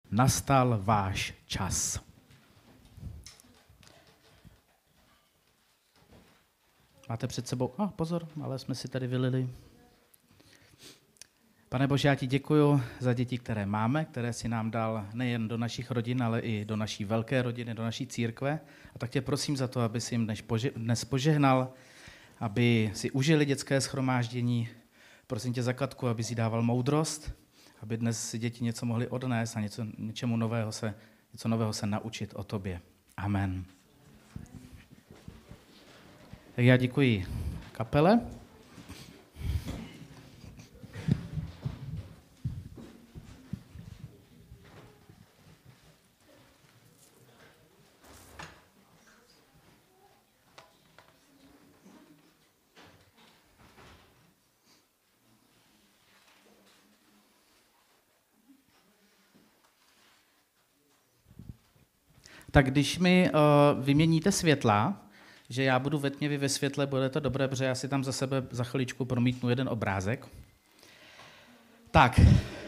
Nastal váš čas. Máte před sebou, pozor, ale jsme si tady vylili. Pane Bože, já ti děkuju za děti, které máme, které si nám dal nejen do našich rodin, ale i do naší velké rodiny, do naší církve. A tak tě prosím za to, aby si jim dnes požehnal, aby si užili dětské shromáždění. Prosím tě za Katku, aby si dával moudrost, aby dnes si děti něco mohli odnést a něco nového se naučit o tobě. Amen. Tak já děkuji kapele. Tak když mi vyměníte světla, že já budu ve tmě, vy ve světle, bude to dobré, protože já si tam za sebe za chviličku promítnu jeden obrázek. Tak.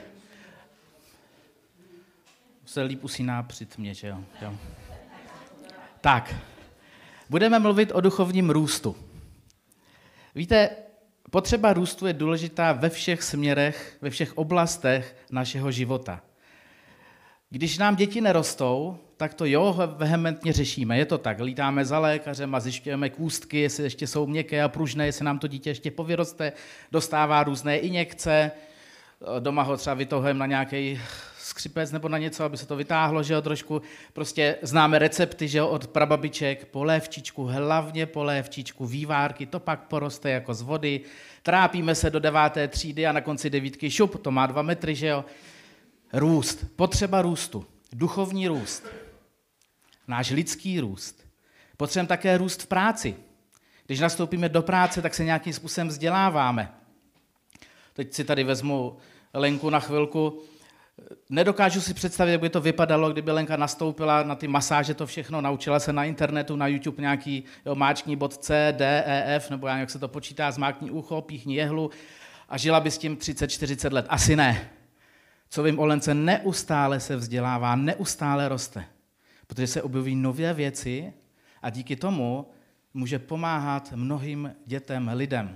Se líp usíná při tmě, že jo? Tak. Budeme mluvit o duchovním růstu. Víte, potřeba růstu je důležitá ve všech směrech, ve všech oblastech našeho života. Když nám děti nerostou, tak to vehementně řešíme. Je to tak, lítáme za lékařem a zjišťujeme kůstky, jestli ještě jsou měkké a pružné, jestli nám to dítě ještě povyroste, dostává různé injekce, doma ho třeba vytahujeme na nějaký skřipec nebo na něco, aby se to vytáhlo, že jo, trošku. Prostě známe recepty, že jo, od prababiček, polévčičku, hlavně polévčičku, vývárky, to pak poroste jako z vody, trápíme se do 9. třídy a na konci 9. šup, to má 2 metry, že jo. Růst, potřeba růstu, duchovní růst, náš lidský růst. Potřebujeme také růst v práci. Když nastoupíme do práce, tak se nějakým způsobem vzděláváme. Teď si tady vezmu Lenku na chvilku. Nedokážu si představit, jak by to vypadalo, kdyby Lenka nastoupila na ty masáže, to všechno, naučila se na internetu, na YouTube nějaký máčkní bod C, D, E, F, nebo jak se to počítá, zmákni ucho, píchni jehlu a žila by s tím 30-40 let. Asi ne. Co vím o Lence, neustále se vzdělává, neustále roste, protože se objeví nové věci a díky tomu může pomáhat mnohým dětem, lidem.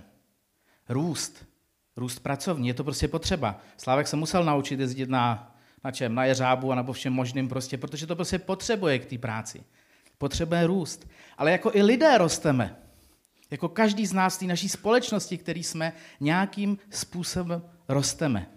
Růst pracovní, je to prostě potřeba. Slávek se musel naučit jezdit na čem? Na jeřábu a nebo všem možným prostě, protože to prostě potřebuje k té práci. Potřebuje růst. Ale jako i lidé rosteme. Jako každý z nás v té naší společnosti, který jsme, nějakým způsobem rosteme.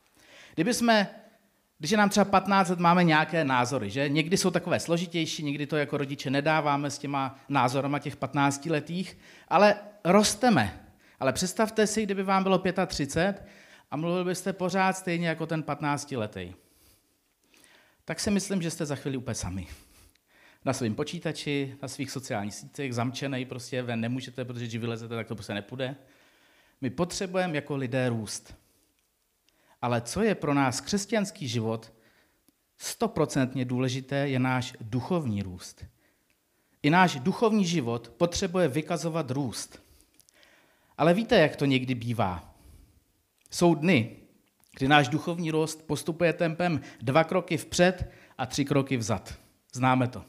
Když je nám třeba 15 let, máme nějaké názory, že? Někdy jsou takové složitější, někdy to jako rodiče nedáváme s těma názorama těch 15letých, ale rosteme. Ale představte si, kdyby vám bylo 35 a mluvil byste pořád stejně jako ten 15letý. Tak si myslím, že jste za chvíli úplně sami. Na svém počítači, na svých sociálních sítích, zamčenej, prostě ven nemůžete, protože když vylezete, tak to prostě nepůjde. My potřebujeme jako lidé růst. Ale co je pro nás křesťanský život 100% důležité, je náš duchovní růst. I náš duchovní život potřebuje vykazovat růst. Ale víte, jak to někdy bývá? Jsou dny, kdy náš duchovní růst postupuje tempem 2 kroky vpřed a 3 kroky vzad. Známe to.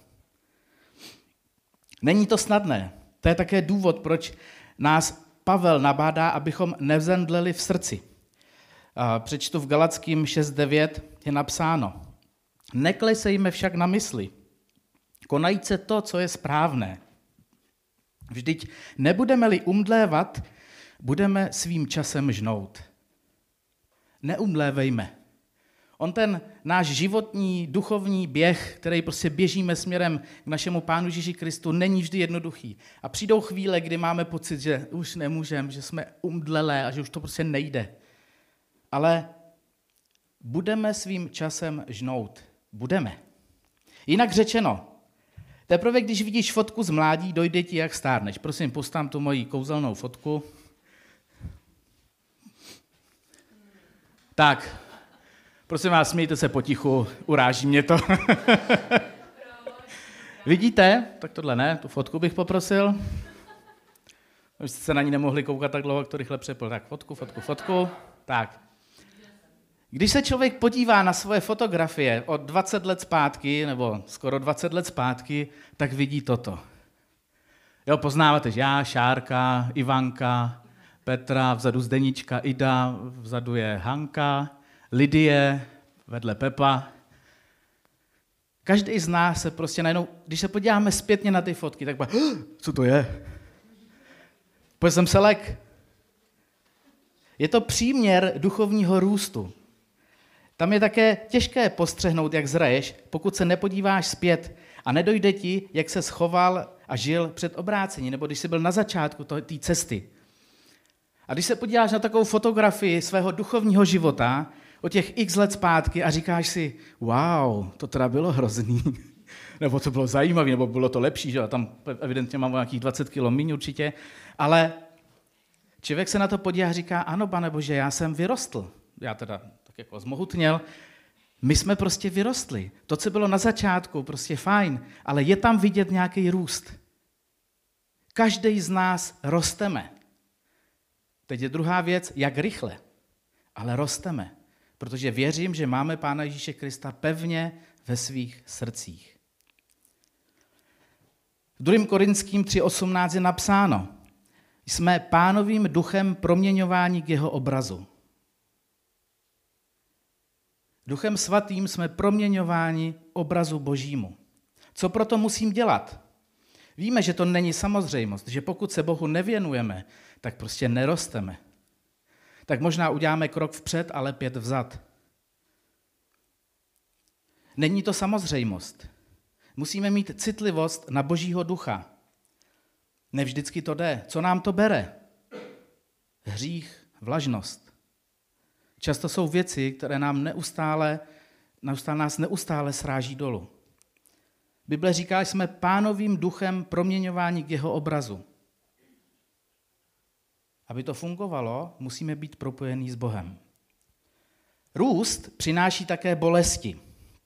Není to snadné. To je také důvod, proč nás Pavel nabádá, abychom nevzemdleli v srdci. Přečtu v Galackým 6.9 je napsáno: Neklesejme však na mysli, konajte to, co je správné. Vždyť nebudeme-li umdlévat, budeme svým časem žnout. Neumdlévejme. On ten náš životní, duchovní běh, který prostě běžíme směrem k našemu Pánu Ježíši Kristu, není vždy jednoduchý. A přijdou chvíle, kdy máme pocit, že už nemůžeme, že jsme umdlelé a že už to prostě nejde. Ale budeme svým časem žnout. Budeme. Jinak řečeno, teprve když vidíš fotku z mládí, dojde ti, jak stárneš. Prosím, postám tu moji kouzelnou fotku. Tak, prosím vás, smějte se potichu, uráží mě to. Vidíte? Tak tohle ne, tu fotku bych poprosil. Už jste se na ní nemohli koukat tak dlouho, jak to rychle přepl. Tak, fotku. Tak. Když se člověk podívá na svoje fotografie od 20 let zpátky, nebo skoro 20 let zpátky, tak vidí toto. Jo, poznáváte, že já, Šárka, Ivanka, Petra, vzadu Zdenička, Ida, vzadu je Hanka, Lidie, vedle Pepa. Každý z nás se prostě najednou, když se podíváme zpětně na ty fotky, tak co to je? Pojď jsem se lek. Je to příměr duchovního růstu. Tam je také těžké postřehnout, jak zraješ, pokud se nepodíváš zpět a nedojde ti, jak se schoval a žil před obrácením, nebo když jsi byl na začátku té cesty. A když se podíváš na takovou fotografii svého duchovního života o těch x let zpátky a říkáš si, wow, to teda bylo hrozný, nebo to bylo zajímavé, nebo bylo to lepší, že? Tam evidentně mám nějakých 20 kg míň určitě, ale člověk se na to podívá a říká, ano, Pane Bože, já jsem vyrostl. Já teda tak jako zmohutněl. My jsme prostě vyrostli. To, co bylo na začátku, prostě fajn, ale je tam vidět nějaký růst. Každý z nás rosteme. Teď je druhá věc, jak rychle, ale rosteme, protože věřím, že máme Pána Ježíše Krista pevně ve svých srdcích. V 2. Korinským 3.18 je napsáno, jsme Pánovým duchem proměňováni k jeho obrazu. Duchem svatým jsme proměňováni obrazu Božímu. Co proto musím dělat? Víme, že to není samozřejmost, že pokud se Bohu nevěnujeme, tak prostě nerosteme. Tak možná uděláme krok vpřed, ale 5 vzad. Není to samozřejmost. Musíme mít citlivost na Božího ducha. Nevždycky to jde. Co nám to bere? Hřích, vlažnost. Často jsou věci, které nám neustále sráží dolů. Bible říká, že jsme Pánovým duchem proměňováni k jeho obrazu. Aby to fungovalo, musíme být propojení s Bohem. Růst přináší také bolesti.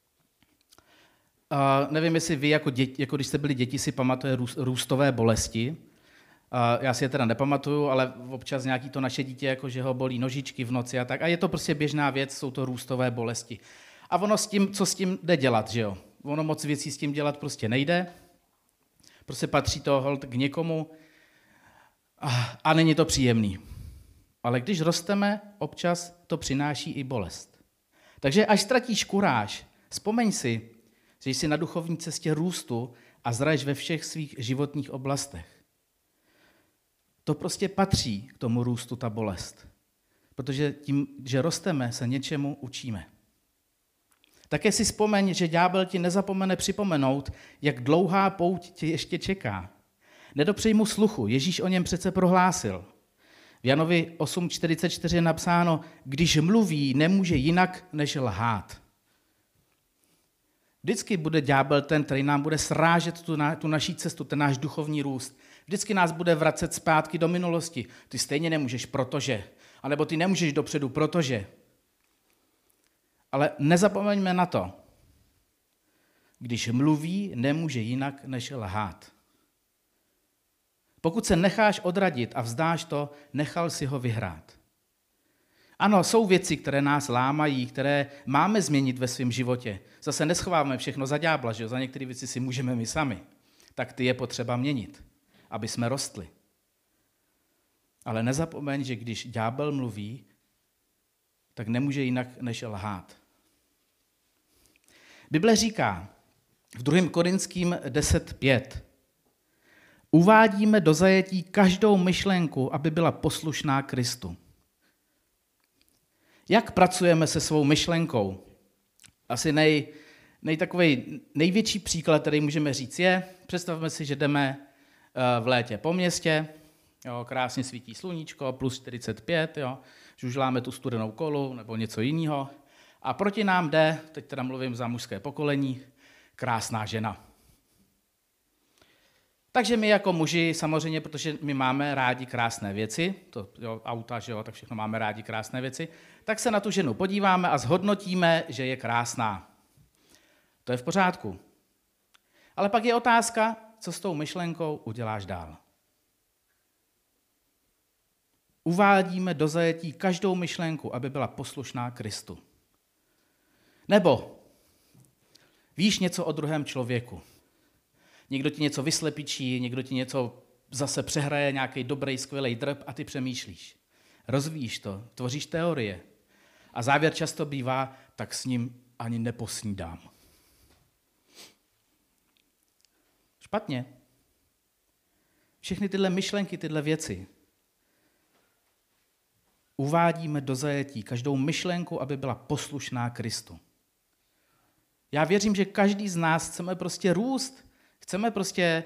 Nevím, jestli vy jako když jste byli děti, si pamatujete růstové bolesti. Já si je teda nepamatuju, ale občas nějaký to naše dítě, jako že ho bolí nožičky v noci a tak. A je to prostě běžná věc, jsou to růstové bolesti. A ono co s tím jde dělat, že jo? Ono moc věcí s tím dělat prostě nejde. Prostě patří to holt k někomu a není to příjemný. Ale když rosteme, občas to přináší i bolest. Takže až ztratíš kuráž, vzpomeň si, že jsi na duchovní cestě růstu a zraješ ve všech svých životních oblastech. To prostě patří k tomu růstu, ta bolest. Protože tím, že rosteme, se něčemu učíme. Také si vzpomeň, že ďábel ti nezapomene připomenout, jak dlouhá pouť tě ještě čeká. Nedopřej mu sluchu, Ježíš o něm přece prohlásil. V Janovi 8.44 je napsáno, když mluví, nemůže jinak než lhát. Vždycky bude ďábel ten, který nám bude srážet tu naší cestu, ten náš duchovní růst. Vždycky nás bude vracet zpátky do minulosti. Ty stejně nemůžeš, protože. Anebo ty nemůžeš dopředu, protože. Ale nezapomeňme na to. Když mluví, nemůže jinak než lhát. Pokud se necháš odradit a vzdáš to, nechal si ho vyhrát. Ano, jsou věci, které nás lámají, které máme změnit ve svém životě. Zase neschováme všechno za ďábla, že jo? Za některé věci si můžeme my sami. Tak ty je potřeba měnit, aby jsme rostli. Ale nezapomeň, že když ďábel mluví, tak nemůže jinak než lhát. Bible říká v 2. Korinským 10.5. Uvádíme do zajetí každou myšlenku, aby byla poslušná Kristu. Jak pracujeme se svou myšlenkou? Asi největší příklad, který můžeme říct, je, představme si, že jdeme v létě po městě, jo, krásně svítí sluníčko, plus 45, jo, žužláme tu studenou kolu nebo něco jiného. A proti nám jde, teď teda mluvím za mužské pokolení, krásná žena. Takže my jako muži, samozřejmě, protože my máme rádi krásné věci, auta, že jo, tak všechno máme rádi krásné věci, tak se na tu ženu podíváme a zhodnotíme, že je krásná. To je v pořádku. Ale pak je otázka, co s tou myšlenkou uděláš dál. Uvádíme do zajetí každou myšlenku, aby byla poslušná Kristu. Nebo víš něco o druhém člověku. Někdo ti něco vyslepičí, někdo ti něco zase přehraje, nějaký dobrý, skvělý drb a ty přemýšlíš. Rozvíjíš to, tvoříš teorie. A závěr často bývá, tak s ním ani neposnídám. Špatně. Všechny tyhle myšlenky, tyhle věci uvádíme do zajetí, každou myšlenku, aby byla poslušná Kristu. Já věřím, že každý z nás chceme prostě růst, chceme prostě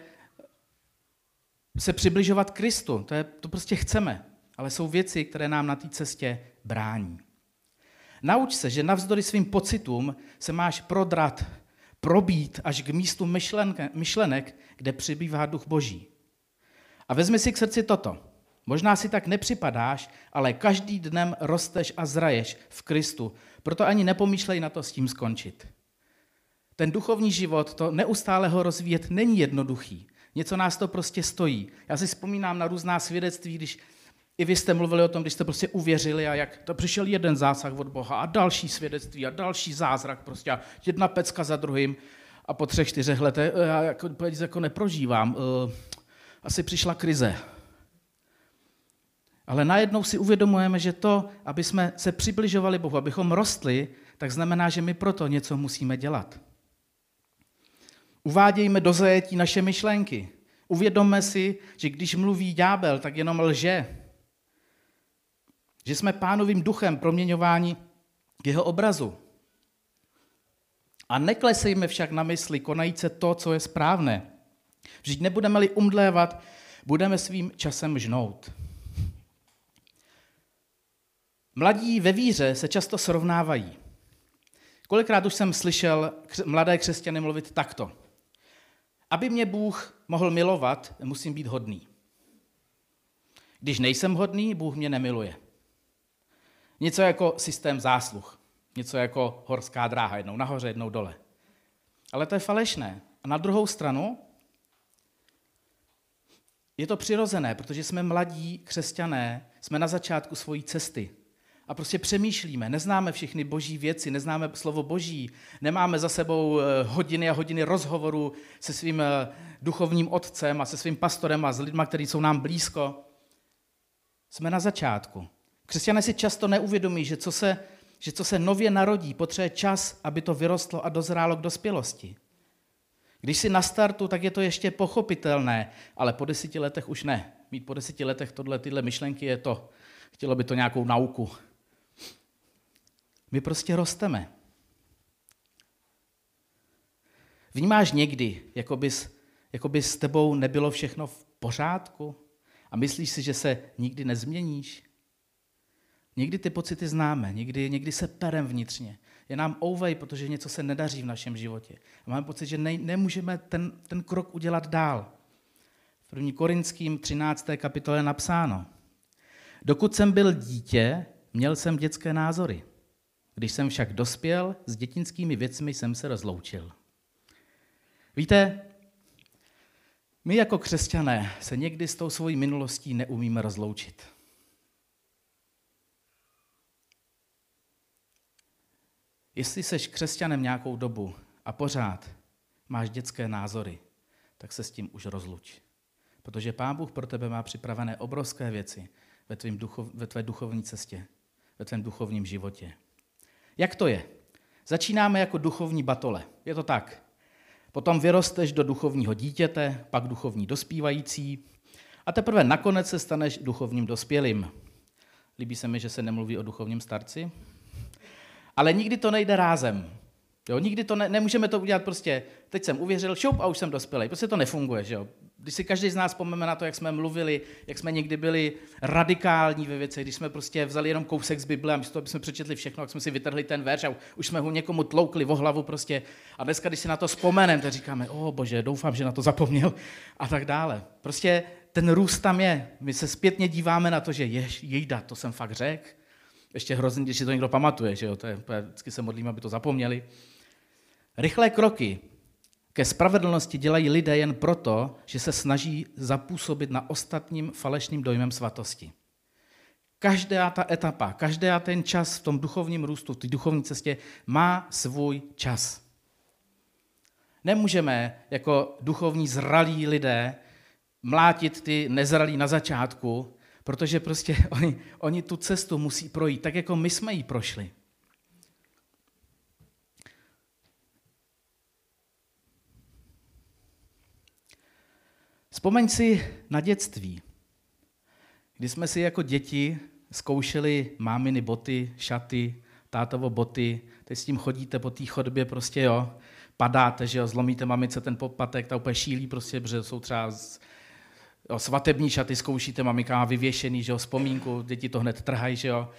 se přibližovat Kristu, to prostě chceme, ale jsou věci, které nám na té cestě brání. Nauč se, že navzdory svým pocitům se máš prodrat, probít až k místu myšlenek, kde přibývá duch Boží. A vezmi si k srdci toto. Možná si tak nepřipadáš, ale každý dnem rosteš a zraješ v Kristu, proto ani nepomýšlej na to s tím skončit. Ten duchovní život, to neustále ho rozvíjet není jednoduchý. Něco nás to prostě stojí. Já si vzpomínám na různá svědectví, když i vy jste mluvili o tom, když jste prostě uvěřili a jak to přišel jeden zásah od Boha a další svědectví a další zázrak prostě a jedna pecka za druhým a po 3-4 letech já jako neprožívám. Asi přišla krize. Ale najednou si uvědomujeme, že to, aby jsme se přibližovali Bohu, abychom rostli, tak znamená, že my proto něco musíme dělat. Uvádějme do zajetí naše myšlenky. Uvědomme si, že když mluví ďábel, tak jenom lže. Že jsme Pánovým duchem proměňováni k jeho obrazu. A neklesejme však na mysli, konajíce to, co je správné. Vždyť nebudeme-li umdlévat, budeme svým časem žnout. Mladí ve víře se často srovnávají. Kolikrát už jsem slyšel mladé křesťany mluvit takto. Aby mě Bůh mohl milovat, musím být hodný. Když nejsem hodný, Bůh mě nemiluje. Něco jako systém zásluh. Něco jako horská dráha, jednou nahoře, jednou dole. Ale to je falešné. A na druhou stranu je to přirozené, protože jsme mladí křesťané, jsme na začátku svojí cesty. A prostě přemýšlíme, neznáme všechny boží věci, neznáme slovo boží, nemáme za sebou hodiny a hodiny rozhovorů se svým duchovním otcem a se svým pastorem a s lidmi, kteří jsou nám blízko. Jsme na začátku. Křesťané si často neuvědomí, že co se nově narodí, potřebuje čas, aby to vyrostlo a dozrálo k dospělosti. Když si na startu, tak je to ještě pochopitelné, ale po 10 letech už ne. Mít po 10 letech tyhle myšlenky je to, chtělo by to nějakou nauku. My prostě rosteme. Vnímáš někdy, jako by s tebou nebylo všechno v pořádku a myslíš si, že se nikdy nezměníš? Někdy ty pocity známe, někdy se perem vnitřně. Je nám ouvej, protože něco se nedaří v našem životě. A máme pocit, že nemůžeme ten krok udělat dál. V 1. Korinským 13. kapitole je napsáno. Dokud jsem byl dítě, měl jsem dětské názory. Když jsem však dospěl, s dětinskými věcmi jsem se rozloučil. Víte, my jako křesťané se někdy s tou svojí minulostí neumíme rozloučit. Jestli seš křesťanem nějakou dobu a pořád máš dětské názory, tak se s tím už rozluč. Protože Pán Bůh pro tebe má připravené obrovské věci ve tvé duchovní cestě, ve tvém duchovním životě. Jak to je? Začínáme jako duchovní batole. Je to tak. Potom vyrosteš do duchovního dítěte, pak duchovní dospívající a teprve nakonec se staneš duchovním dospělým. Líbí se mi, že se nemluví o duchovním starci. Ale nikdy to nejde rázem. Jo, nikdy to nemůžeme to udělat prostě, teď jsem uvěřil, šup a už jsem dospělý. Prostě to nefunguje, že jo. Když si každý z nás vzpomeneme na to, jak jsme mluvili, jak jsme někdy byli radikální ve věcech, když jsme prostě vzali jenom kousek z Bible a místo toho, aby jsme přečetli všechno, jak jsme si vytrhli ten verš a už jsme ho někomu tloukli o hlavu prostě. A dneska, když si na to vzpomeneme, tak říkáme, bože, doufám, že na to zapomněl a tak dále. Prostě ten růst tam je. My se zpětně díváme na to, že jejda, to jsem fakt řekl. Ještě hrozně, když si to někdo pamatuje, že jo, vždycky se modlíme, aby to zapomněli. Rychlé kroky ke spravedlnosti dělají lidé jen proto, že se snaží zapůsobit na ostatním falešným dojmem svatosti. Každá ta etapa, každý ten čas v tom duchovním růstu, v té duchovní cestě má svůj čas. Nemůžeme jako duchovní zralí lidé mlátit ty nezralí na začátku, protože prostě oni tu cestu musí projít, tak jako my jsme ji prošli. Vzpomeň si na dětství, kdy jsme si jako děti zkoušeli máminy boty, šaty, tátovo boty, teď s tím chodíte po té chodbě, prostě jo, padáte, že jo, zlomíte mamice ten popatek, ta úplně šílí prostě, protože jsou třeba svatební šaty, zkoušíte, mamika má vyvěšený, že jo, vzpomínku, děti to hned trhají, že jo.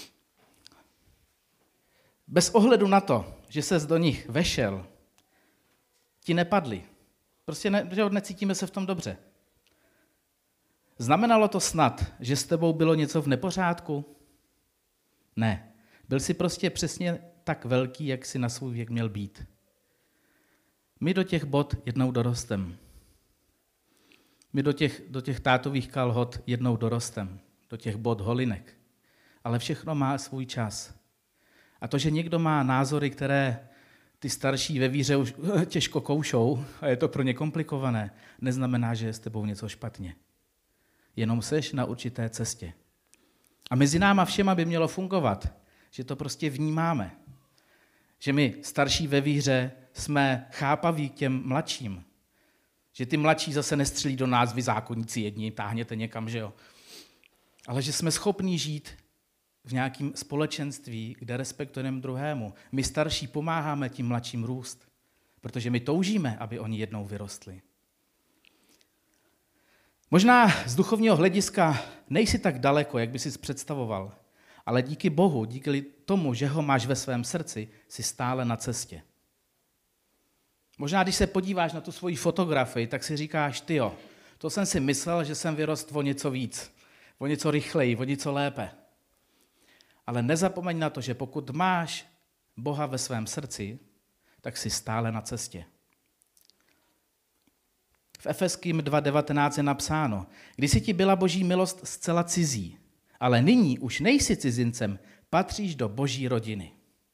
Bez ohledu na to, že ses do nich vešel, ti nepadli. Prostě necítíme se v tom dobře. Znamenalo to snad, že s tebou bylo něco v nepořádku? Ne. Byl jsi prostě přesně tak velký, jak jsi na svůj věk měl být. My do těch bot jednou dorostem. My do těch tátových kalhot jednou dorostem. Do těch bot holinek. Ale všechno má svůj čas. A to, že někdo má názory, které ty starší ve víře už těžko koušou a je to pro ně komplikované, neznamená, že je s tebou něco špatně. Jenom seš na určité cestě. A mezi náma všema by mělo fungovat, že to prostě vnímáme. Že my starší ve víře jsme chápaví k těm mladším. Že ty mladší zase nestřelí do nás, vy zákonníci jedni, táhněte někam, že jo. Ale že jsme schopní žít v nějakém společenství, kde respektujeme druhému. My starší pomáháme tím mladším růst, protože my toužíme, aby oni jednou vyrostli. Možná z duchovního hlediska nejsi tak daleko, jak by si představoval, ale díky Bohu, díky tomu, že ho máš ve svém srdci, jsi stále na cestě. Možná, když se podíváš na tu svoji fotografii, tak si říkáš, tyjo, to jsem si myslel, že jsem vyrostl o něco víc, o něco rychleji, o něco lépe. Ale nezapomeň na to, že pokud máš Boha ve svém srdci, tak jsi stále na cestě. V Efeským 2.19 je napsáno, kdysi ti byla boží milost zcela cizí, ale nyní už nejsi cizincem, patříš do boží rodiny.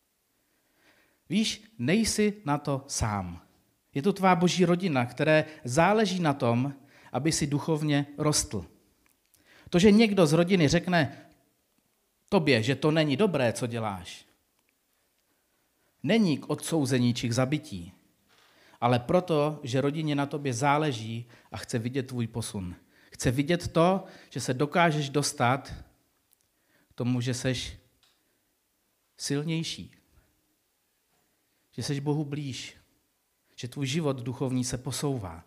Víš, nejsi na to sám. Je to tvá boží rodina, které záleží na tom, aby si duchovně rostl. To, že někdo z rodiny řekne tobě, že to není dobré, co děláš, není k odsouzení či k zabití, ale proto, že rodině na tobě záleží a chce vidět tvůj posun. Chce vidět to, že se dokážeš dostat k tomu, že seš silnější, že seš Bohu blíž, že tvůj život duchovní se posouvá.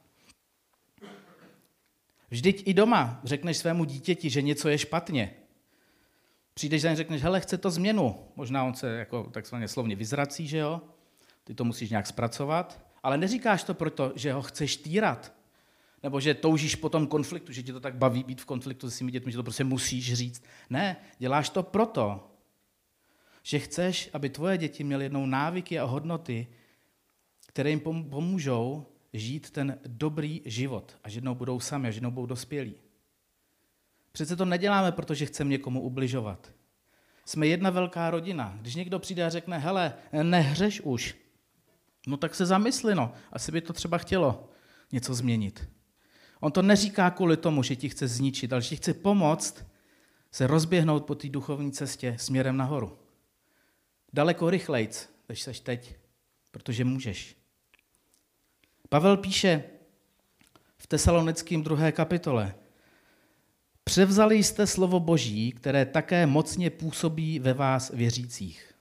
Vždyť i doma řekneš svému dítěti, že něco je špatně. Přijdeš za ně, řekneš, hele, chce to změnu. Možná on se jako takzvaně slovně vyzrací, že jo? Ty to musíš nějak zpracovat, ale neříkáš to proto, že ho chceš týrat, nebo že toužíš po tom konfliktu, že ti to tak baví být v konfliktu se svými dětmi, že to prostě musíš říct. Ne, děláš to proto, že chceš, aby tvoje děti měly jednou návyky a hodnoty, které jim pomůžou žít ten dobrý život a že jednou budou sami a že jednou budou dospělí. Přece to neděláme, protože chceme někomu ubližovat. Jsme jedna velká rodina. Když někdo přijde a řekne, hele, nehřeš už, no tak se zamysli, no. Asi by to třeba chtělo něco změnit. On to neříká kvůli tomu, že ti chce zničit, ale že ti chce pomoct se rozběhnout po té duchovní cestě směrem nahoru. Daleko rychlejc, než seš teď, protože můžeš. Pavel píše v Tesalonickým 2. kapitole, převzali jste slovo Boží, které také mocně působí ve vás věřících.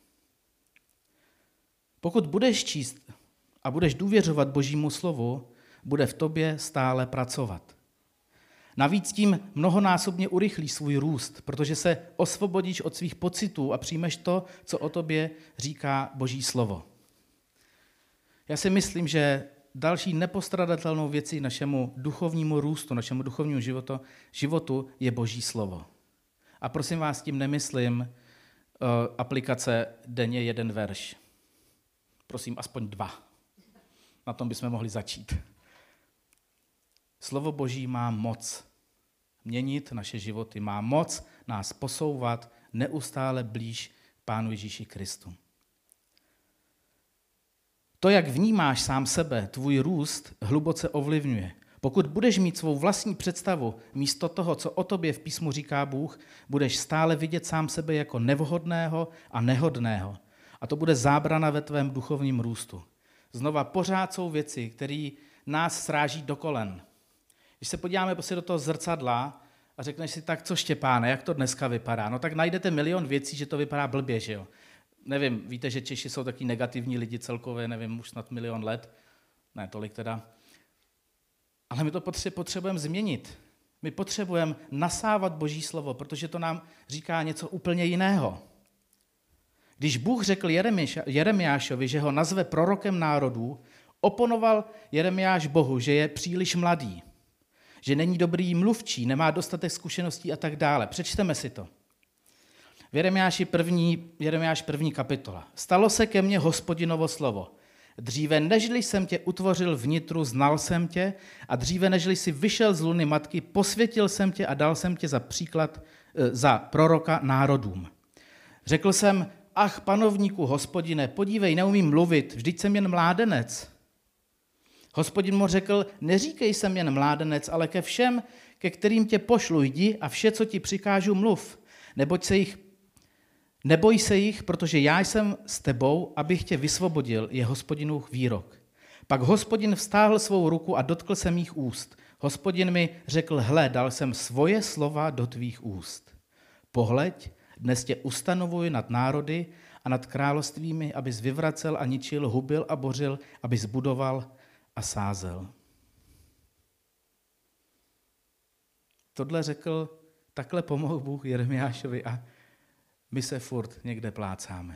Pokud budeš číst a budeš důvěřovat Božímu slovu, bude v tobě stále pracovat. Navíc tím mnohonásobně urychlíš svůj růst, protože se osvobodíš od svých pocitů a přijmeš to, co o tobě říká Boží slovo. Já si myslím, že další nepostradatelnou věcí našemu duchovnímu růstu, našemu duchovnímu životu je Boží slovo. A prosím vás, tím nemyslím aplikace denně 1 verš. Prosím, aspoň 2. Na tom bychom mohli začít. Slovo Boží má moc měnit naše životy, má moc nás posouvat neustále blíž Pánu Ježíši Kristu. To, jak vnímáš sám sebe, tvůj růst hluboce ovlivňuje. Pokud budeš mít svou vlastní představu místo toho, co o tobě v písmu říká Bůh, budeš stále vidět sám sebe jako nevhodného a nehodného. A to bude zábrana ve tvém duchovním růstu. Znova pořád jsou věci, které nás sráží do kolen. Když se podíváme prostě do toho zrcadla a řekneš si, tak co Štěpáne, jak to dneska vypadá? No tak najdete milion věcí, že to vypadá blbě, že jo? Nevím, víte, že Češi jsou taky negativní lidi celkově, nevím, už snad milion let, ne tolik teda. Ale my to potřebujeme změnit. My potřebujeme nasávat Boží slovo, protože to nám říká něco úplně jiného. Když Bůh řekl Jeremiášovi, že ho nazve prorokem národů, oponoval Jeremiáš Bohu, že je příliš mladý, že není dobrý mluvčí, nemá dostatek zkušeností a tak dále. Přečteme si to. V Jeremiáš 1. kapitola. Stalo se ke mně Hospodinovo slovo. Dříve nežli jsem tě utvořil vnitru, znal jsem tě a dříve nežli si vyšel z luny matky, posvětil jsem tě a dal jsem tě za příklad, za proroka národům. Řekl jsem, ach panovníku, Hospodine, podívej, neumím mluvit, vždyť jsem jen mládenec. Hospodin mu řekl, neříkej jsem jen mládenec, ale ke všem, ke kterým tě pošlu, jdi a vše, co ti přikážu, mluv. Neboj se jich, protože já jsem s tebou, abych tě vysvobodil, je Hospodinův výrok. Pak Hospodin vztáhl svou ruku a dotkl se mých úst. Hospodin mi řekl, hle, dal jsem svoje slova do tvých úst. Pohleď, dnes tě ustanovuji nad národy a nad královstvími, abys vyvracel a ničil, hubil a bořil, abys budoval a sázel. Tohle řekl, takhle pomohl Bůh Jeremiášovi a my se furt někde plácáme.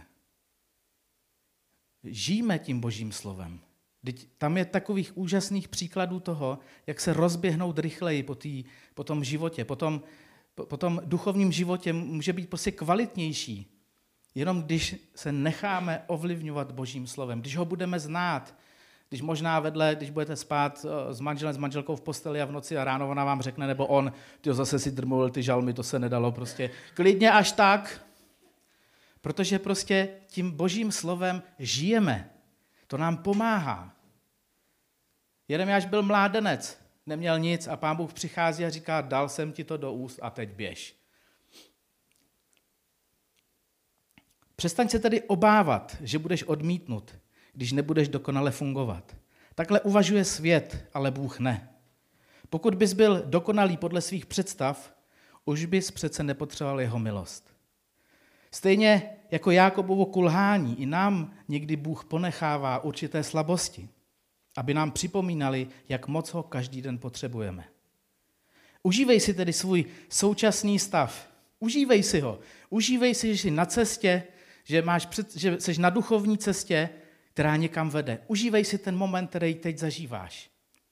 Žijeme tím Božím slovem. Tam je takových úžasných příkladů toho, jak se rozběhnout rychleji po tom životě, po tom duchovním životě může být prostě kvalitnější, jenom když se necháme ovlivňovat Božím slovem, když ho budeme znát, když možná vedle, když budete spát s manželem, s manželkou v posteli a v noci a ráno ona vám řekne, nebo on, ty zase si drmul ty žalmy, to se nedalo prostě. Klidně až tak, protože prostě tím Božím slovem žijeme. To nám pomáhá. Jeremiáš byl mládenec, neměl nic a Pán Bůh přichází a říká, dal jsem ti to do úst a teď běž. Přestaň se tedy obávat, že budeš odmítnut, když nebudeš dokonale fungovat. Takhle uvažuje svět, ale Bůh ne. Pokud bys byl dokonalý podle svých představ, už bys přece nepotřeboval jeho milost. Stejně jako Jákobovo kulhání, i nám někdy Bůh ponechává určité slabosti, aby nám připomínali, jak moc ho každý den potřebujeme. Užívej si tedy svůj současný stav. Užívej si ho. Užívej si, že jsi na cestě, že jsi na duchovní cestě, která někam vede. Užívej si ten moment, který teď zažíváš.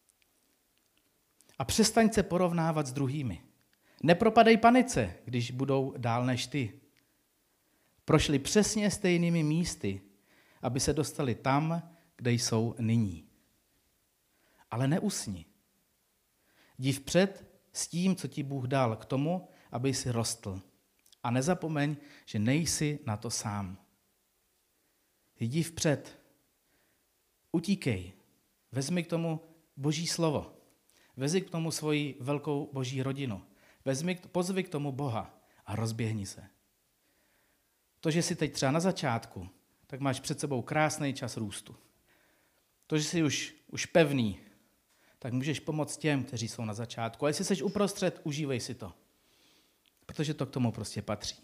A přestaň se porovnávat s druhými. Nepropadej panice, když budou dál než ty. Prošli přesně stejnými místy, aby se dostali tam, kde jsou nyní. Ale neusni. Jdi vpřed s tím, co ti Bůh dal k tomu, aby jsi rostl. A nezapomeň, že nejsi na to sám. Jdi vpřed. Utíkej. Vezmi k tomu Boží slovo. Vezmi k tomu svoji velkou Boží rodinu. Pozvi k tomu Boha a rozběhni se. To, že jsi teď třeba na začátku, tak máš před sebou krásný čas růstu. To, že jsi už pevný, tak můžeš pomoct těm, kteří jsou na začátku. A jestli jsi uprostřed, užívej si to. Protože to k tomu prostě patří.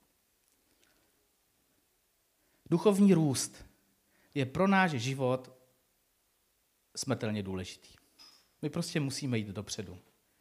Duchovní růst je pro náš život smrtelně důležitý. My prostě musíme jít dopředu.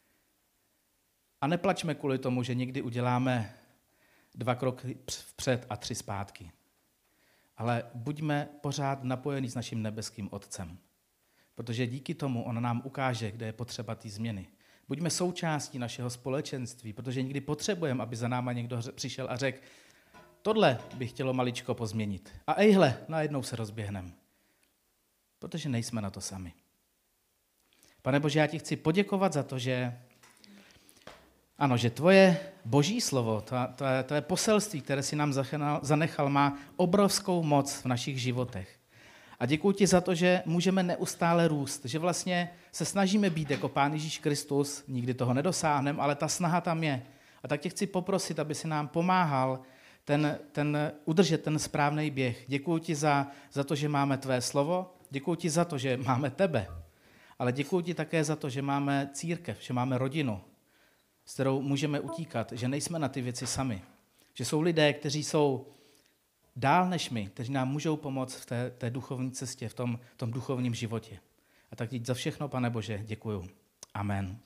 A neplačme kvůli tomu, že někdy uděláme 2 kroky vpřed a 3 zpátky. Ale buďme pořád napojení s naším nebeským Otcem. Protože díky tomu on nám ukáže, kde je potřeba ty změny. Buďme součástí našeho společenství, protože někdy potřebujeme, aby za náma někdo přišel a řekl, tohle bych chtělo maličko pozměnit. A ejhle, najednou se rozběhneme. Protože nejsme na to sami. Pane Bože, já ti chci poděkovat za to, že Ano, že tvoje boží slovo, to je poselství, které si nám zanechal, má obrovskou moc v našich životech. A děkuji ti za to, že můžeme neustále růst, že vlastně se snažíme být jako Pán Ježíš Kristus, nikdy toho nedosáhneme, ale ta snaha tam je. A tak tě chci poprosit, aby si nám pomáhal udržet ten správný běh. Děkuji ti za to, že máme tvé slovo, děkuji ti za to, že máme tebe, ale děkuji ti také za to, že máme církev, že máme rodinu, s kterou můžeme utíkat, že nejsme na ty věci sami. Že jsou lidé, kteří jsou dál než my, kteří nám můžou pomoct v té duchovní cestě, v tom duchovním životě. A tak ti za všechno, Pane Bože, děkuju. Amen.